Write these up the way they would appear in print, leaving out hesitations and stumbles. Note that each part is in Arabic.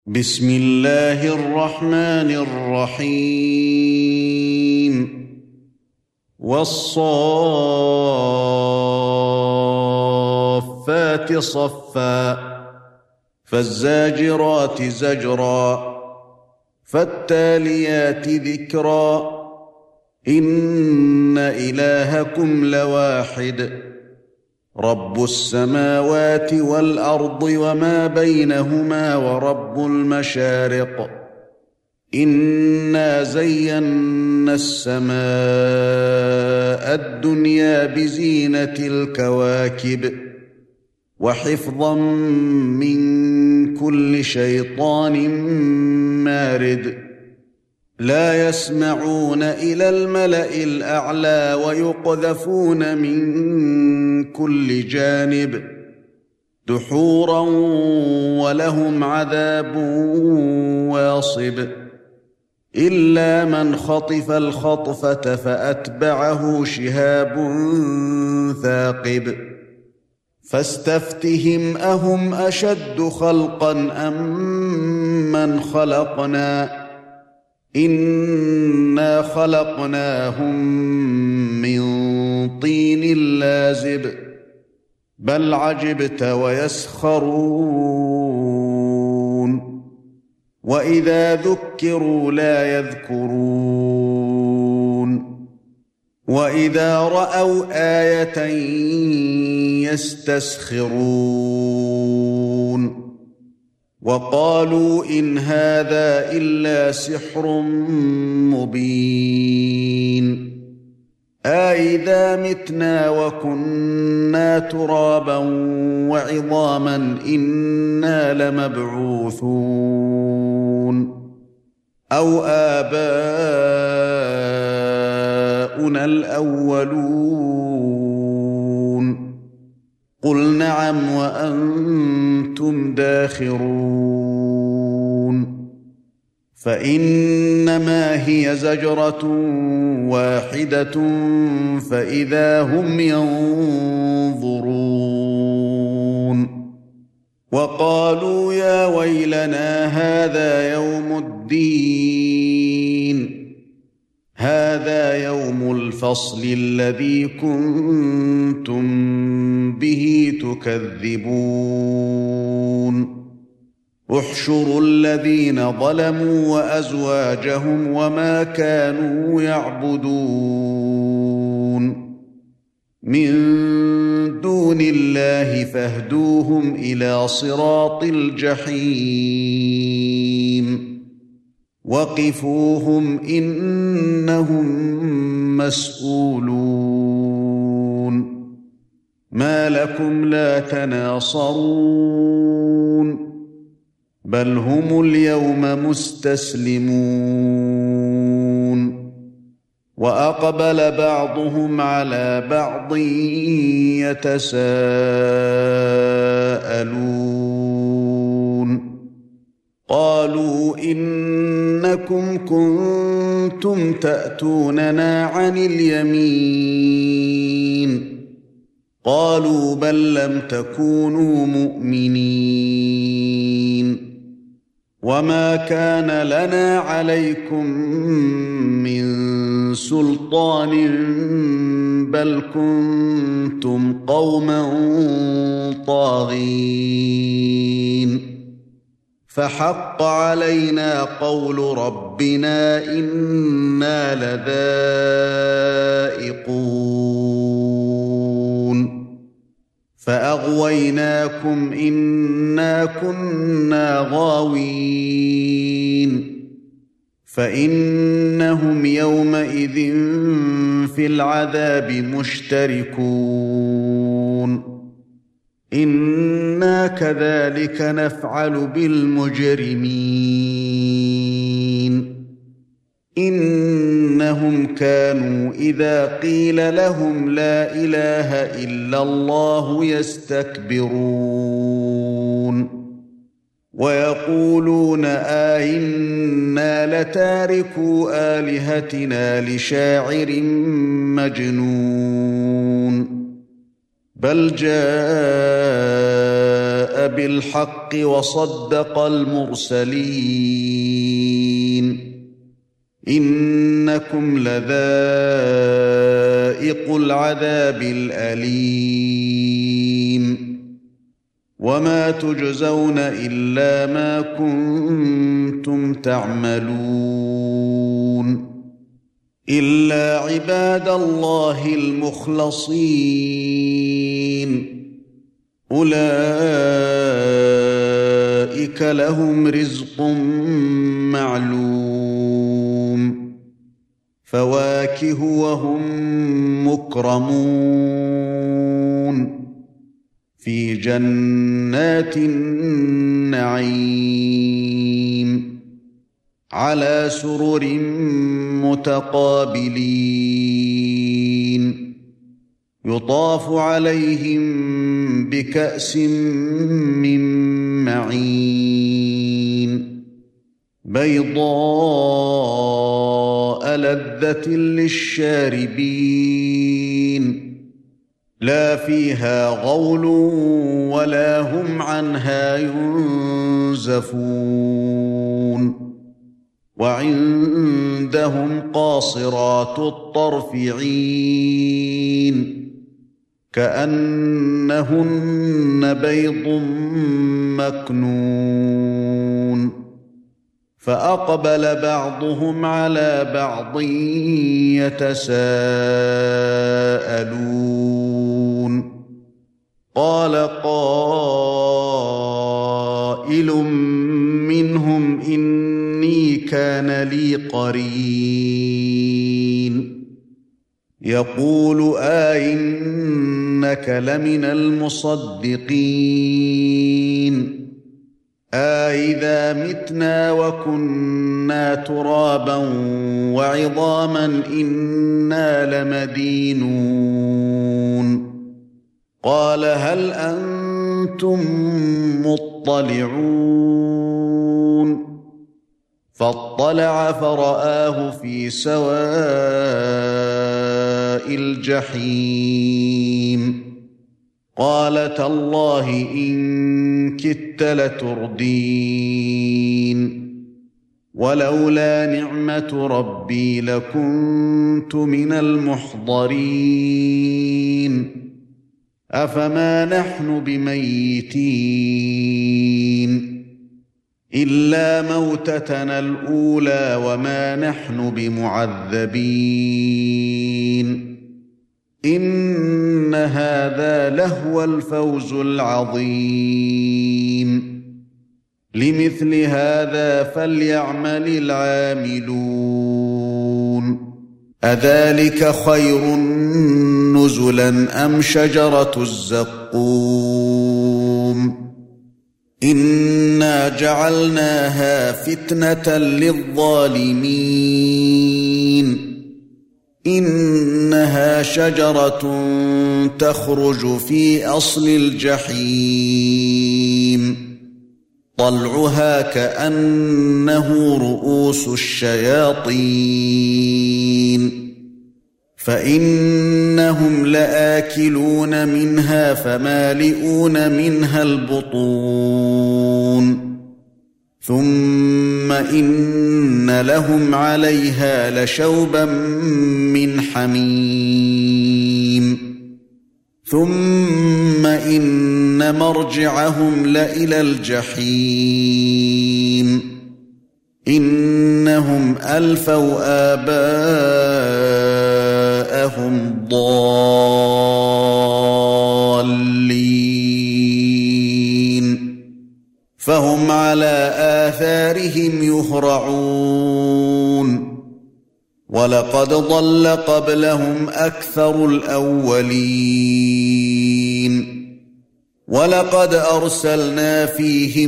بسم الله الرحمن الرحيم والصافات صفا فالزاجرات زجرا فالتاليات ذكرا إن إلهكم لواحد رب السماوات والأرض وما بينهما ورب المشارق إنا زينا السماء الدنيا بزينة الكواكب وحفظا من كل شيطان مارد لا يسمعون إلى الملأ الأعلى ويقذفون من كل جانب دحورا ولهم عذاب واصب إلا من خطف الخطفة فأتبعه شهاب ثاقب فاستفتهم أهم أشد خلقا أم من خلقنا إنا خلقناهم من طين لازب بل عجبت ويسخرون وإذا ذكروا لا يذكرون وإذا رأوا آية يستسخرون وقالوا إن هذا إلا سحر مبين أإذا متنا وكنا ترابا وعظاما إنا لمبعوثون أو آباؤنا الأولون قل نعم وأنتم داخرون فإنما هي زجرة واحدة فإذا هم ينظرون وقالوا يا ويلنا هذا يوم الدين هذا يوم الفصل الذي كنتم به تكذبون احشروا الذين ظلموا وأزواجهم وما كانوا يعبدون من دون الله فاهدوهم إلى صراط الجحيم وقفوهم إنهم مسؤولون ما لكم لا تناصرون بل هم اليوم مستسلمون وأقبل بعضهم على بعض يتساءلون قالوا إنكم كنتم تأتوننا عن اليمين قالوا بل لم تكونوا مؤمنين وما كان لنا عليكم من سلطان بل كنتم قوما طاغين فحق علينا قول ربنا إنا لذائقون فأغويناكم إنا كنا غاوين فإنهم يومئذ في العذاب مشتركون إنا كذلك نفعل بالمجرمين إنهم كانوا إذا قيل لهم لا إله إلا الله يستكبرون ويقولون أئنا لتاركو آلهتنا لشاعر مجنون بل جاء بالحق وصدق المرسلين إنكم لذائق العذاب الأليم وما تجزون إلا ما كنتم تعملون إلا عباد الله المخلصين أولئك لهم رزق معلوم فواكه وهم مكرمون في جنات النعيم على سرر متقابلين يطاف عليهم بكأس من معين بيضاء لذة للشاربين لا فيها غول ولا هم عنها ينزفون وعندهم قاصرات الطرف عين كأنهن بيض مكنون فأقبل بعضهم على بعض يتساءلون قال قائل منهم إني كان لي قرين يقول أئنك لمن المصدقين أئذا متنا وكنا ترابا وعظاما إنا لمدينون قال هل أنتم مطلعون فاطلع فرآه في سواء الجحيم قال تالله إن كدت لتردين ولولا نعمة ربي لكنت من المحضرين أفما نحن بميتين إلا موتتنا الأولى وما نحن بمعذبين إن هذا لهو الفوز العظيم لمثل هذا فليعمل العاملون أذلك خير نزلا أم شجرة الزقوم إنا جعلناها فتنة للظالمين إنها شجرة تخرج في أصل الجحيم طلعها كأنه رؤوس الشياطين فإنهم لآكلون منها فمالئون منها البطون ثم إن لهم عليها لشوبا من حميم ثم إن مرجعهم لإلى الجحيم إنهم ألفوا آباءهم ضالين فهم على آثارهم يهرعون ولقد ضل قبلهم أكثر الأولين ولقد أرسلنا فيهم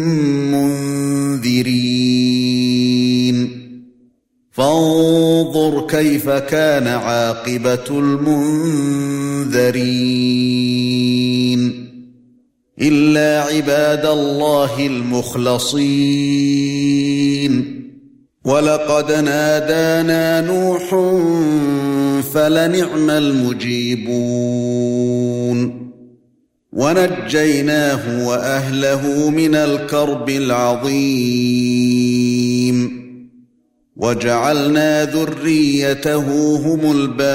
منذرين فانظر كيف كان عاقبة المنذرين إلا عباد الله المخلصين ولقد نادانا نوح فلنعم المجيبون ونجيناه وأهله من الكرب العظيم وجعلنا ذريته هم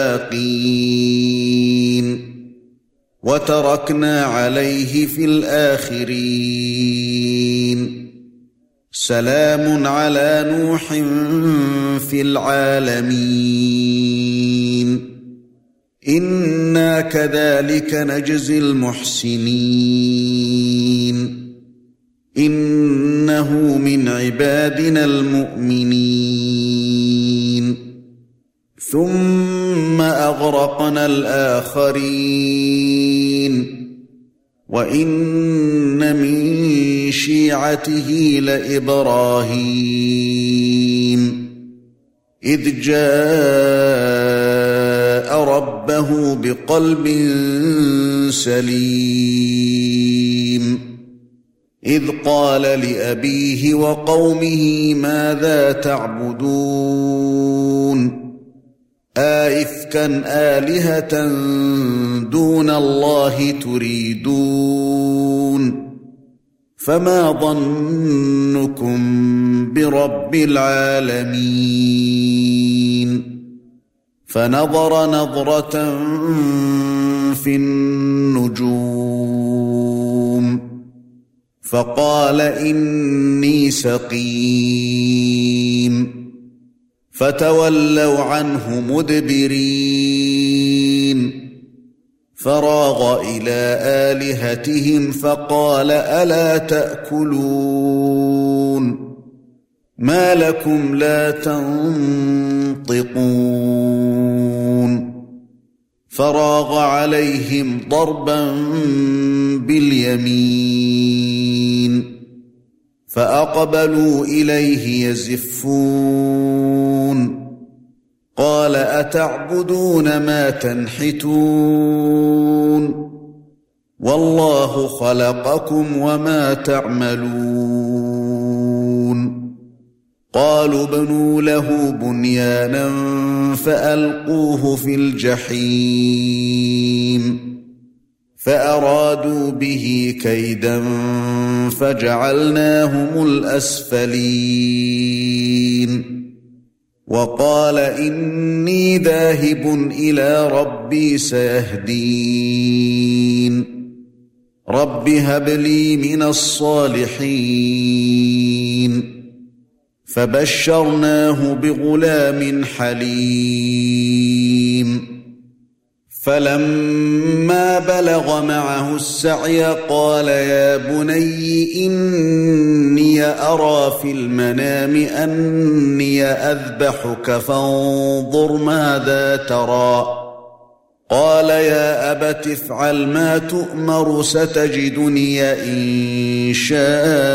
الباقين وتركنا عليه في الآخرين سلام على نوح في العالمين إنا كذلك نجزي المحسنين إنه من عبادنا المؤمنين ثم أغرقنا الآخرين وإن من شيعته لإبراهيم إذ جاء ربه بقلب سليم إذ قال لأبيه وقومه ماذا تعبدون أئفكا آلهة دون الله تريدون فما ظنكم برب العالمين فنظر نظرة في النجوم فقال إني سقيم فتولوا عنه مدبرين فراغ إلى آلهتهم فقال ألا تأكلون ما لكم لا تنطقون فراغ عليهم ضربا باليمين فأقبلوا إليه يزفون قال أتعبدون ما تنحتون والله خلقكم وما تعملون قالوا ابنوا له بنيانا فألقوه في الجحيم فأرادوا به كيدا فجعلناهم الأسفلين وقال إني ذاهب إلى ربي سيهدين رب هب لي من الصالحين فبشرناه بغلام حليم فلما بلغ معه السعي قال يا بني إني أرى في المنام أني أذبحك فانظر ماذا ترى قال يا أبت افعل ما تؤمر ستجدني إن شاء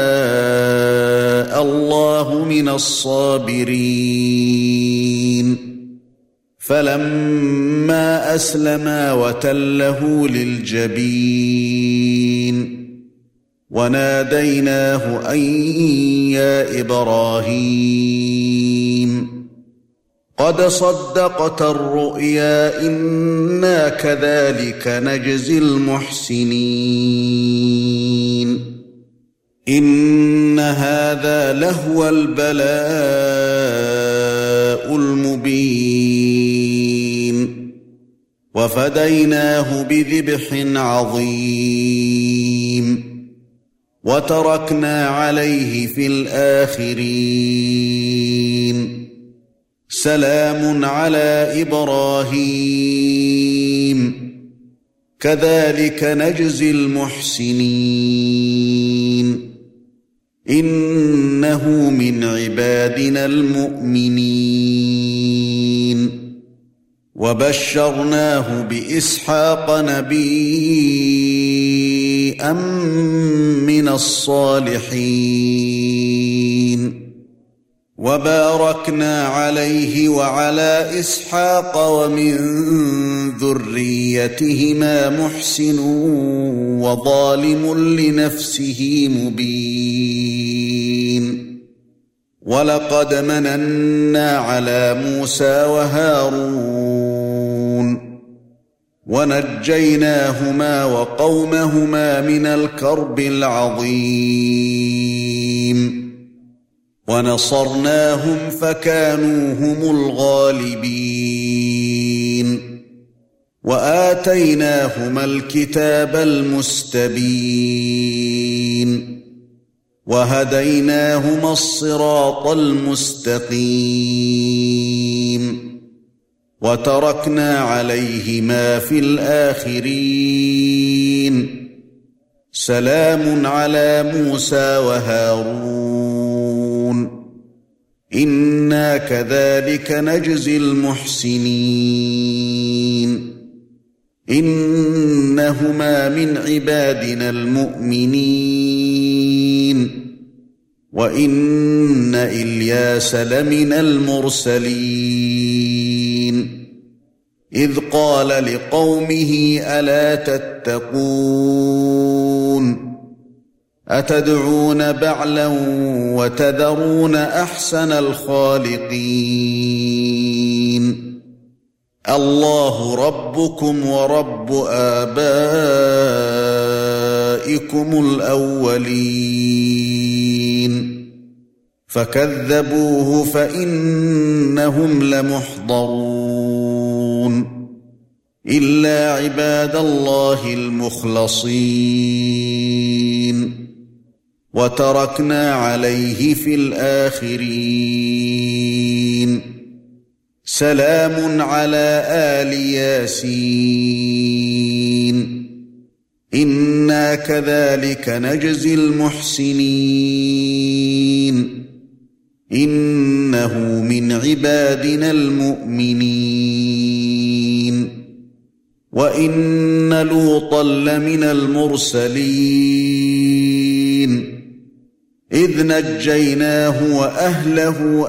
الله من الصابرين فلما أسلما وتله للجبين وناديناه أن يا إبراهيم قد صدقت الرؤيا إنا كذلك نجزي المحسنين إن هذا لهو البلاء المبين وفديناه بذبح عظيم وتركنا عليه في الآخرين سلام على إبراهيم كذلك نجزي المحسنين إنه من عبادنا المؤمنين وبشرناه بإسحاق نبيا من الصالحين وباركنا عليه وعلى إسحاق ومن ذريتهما محسن وظالم لنفسه مبين ولقد مننا على موسى وهارون ونجيناهما وقومهما من الكرب العظيم ونصرناهم فكانوا هم الغالبين وآتيناهما الكتاب المستبين وهديناهما الصراط المستقيم وتركنا عليهما في الآخرين سلام على موسى وهارون إنا كذلك نجزي المحسنين إنهما من عبادنا المؤمنين وإن إلياس لمن المرسلين إذ قال لقومه ألا تتقون أتدعون بعلا وتذرون أحسن الخالقين الله ربكم ورب آبائكم الأولين فكذبوه فإنهم لمحضرون إلا عباد الله المخلصين وتركنا عليه في الآخرين سلام على آل ياسين إنا كذلك نجزي المحسنين إنه من عبادنا المؤمنين وإن لوطا لمن المرسلين إذ نجيناه وأهله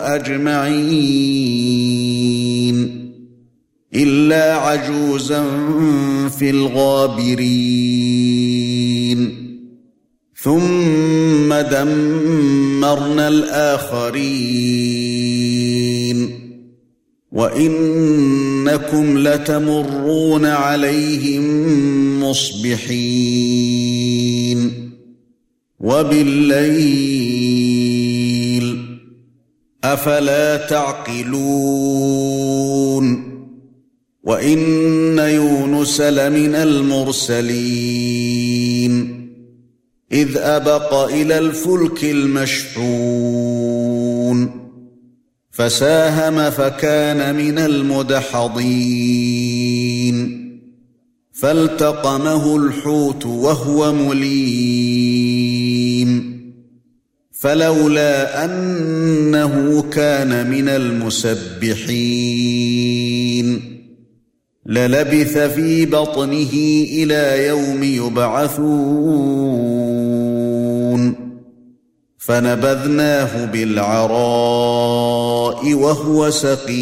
أجمعين إلا عجوزا في الغابرين ثم دمرنا الآخرين وإنكم لتمرون عليهم مصبحين وبالليل أفلا تعقلون وإن يونس لمن المرسلين إذ أبق إلى الفلك المشحون فساهم فكان من المدحضين فالتقمه الحوت وهو مليم فلولا أنه كان من المسبحين للبث في بطنه إلى يوم يبعثون فنبذناه بالعراء وهو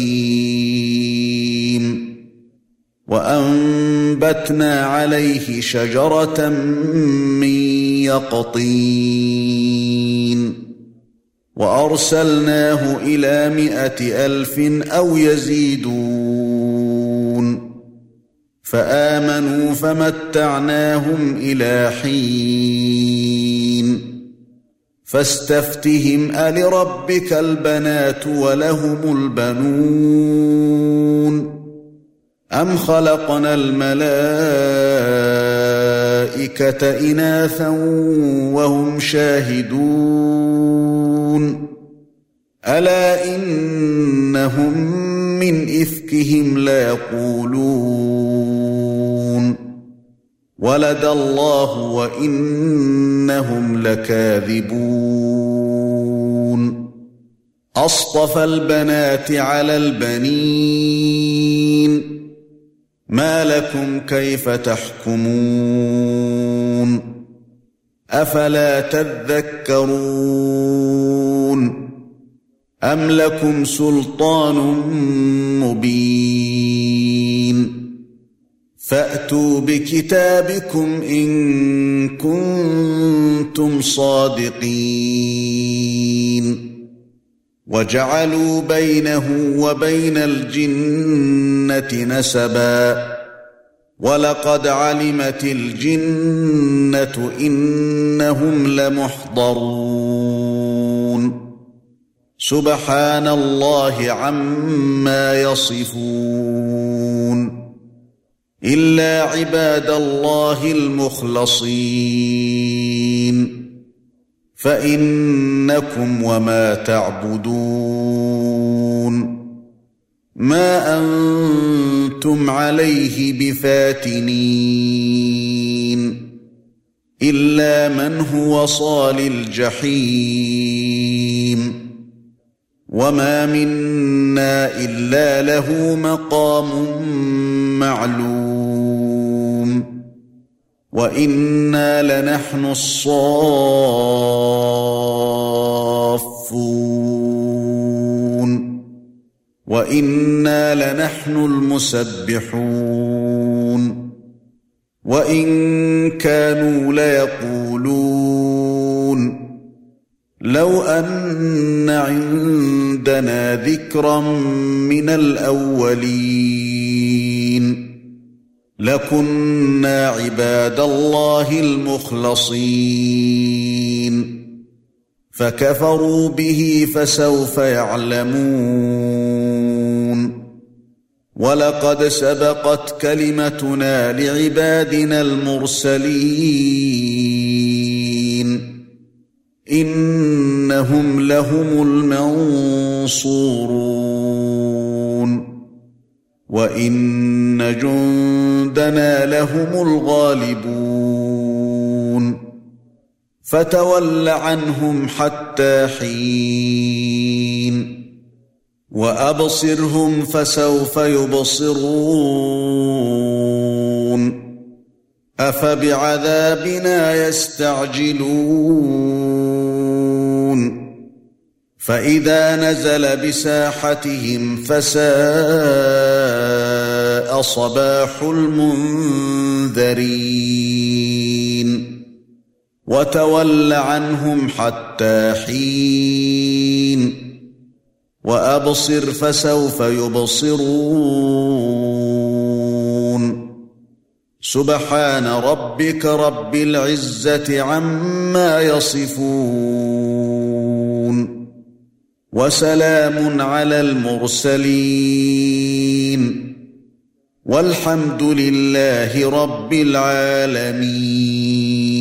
سقيم وأنبتنا عليه شجرة من يقطين وأرسلناه إلى 100,000 أو يزيدون فآمنوا فمتعناهم إلى حين فاستفتهم ألربك البنات ولهم البنون أم خلقنا الملائكة إناثا وهم شاهدون ألا إنهم من إفكهم ليقولون ولد الله وإنهم لكاذبون أصطفى البنات على البنين ما لكم كيف تحكمون أفلا تذكرون أم لكم سلطان مبين فأتوا بكتابكم إن كنتم صادقين وجعلوا بينه وبين الجنة نسبا وَلَقَدْ عَلِمَتِ الْجِنَّةُ إِنَّهُمْ لَمُحْضَرُونَ سُبْحَانَ اللَّهِ عَمَّا يَصِفُونَ إِلَّا عِبَادَ اللَّهِ الْمُخْلَصِينَ فَإِنَّكُمْ وَمَا تَعْبُدُونَ مَا أَنْتُمْ عَلَيْهِ بِفَاتِنِينَ إِلَّا مَنْ هُوَ صَالِ الْجَحِيمِ وَمَا مِنَّا إِلَّا لَهُ مَقَامٌ مَّعْلُومٌ وَإِنَّا لَنَحْنُ الصَّافُّونَ وَإِنَّا لَنَحْنُ الْمُسَبِّحُونَ وَإِن كَانُوا لَيَقُولُونَ لَوْ أَنَّ عِندَنَا ذِكْرًا مِنَ الْأَوَّلِينَ لَكُنَّا عِبَادَ اللَّهِ الْمُخْلَصِينَ فَكَفَرُوا بِهِ فَسَوْفَ يَعْلَمُونَ وَلَقَدْ سَبَقَتْ كَلِمَتُنَا لِعِبَادِنَا الْمُرْسَلِينَ إِنَّهُمْ لَهُمُ الْمَنصُورُونَ وَإِنَّ جُندَنَا لَهُمُ الْغَالِبُونَ فَتَوَلَّ عَنْهُمْ حَتَّى حِينٍ وَأَبْصِرْهُمْ فَسَوْفَ يُبْصِرُونَ أَفَبِعَذَابِنَا يَسْتَعْجِلُونَ فَإِذَا نَزَلَ بِسَاحَتِهِمْ فَسَاءَ صَبَاحُ الْمُنذَرِينَ وَتَوَلَّ عَنْهُمْ حَتَّى حِينٍ وَأَبْصِرْ فَسَوْفَ يُبْصِرُونَ سُبْحَانَ رَبِّكَ رَبِّ الْعِزَّةِ عَمَّا يَصِفُونَ وَسَلَامٌ عَلَى الْمُرْسَلِينَ وَالْحَمْدُ لِلَّهِ رَبِّ الْعَالَمِينَ.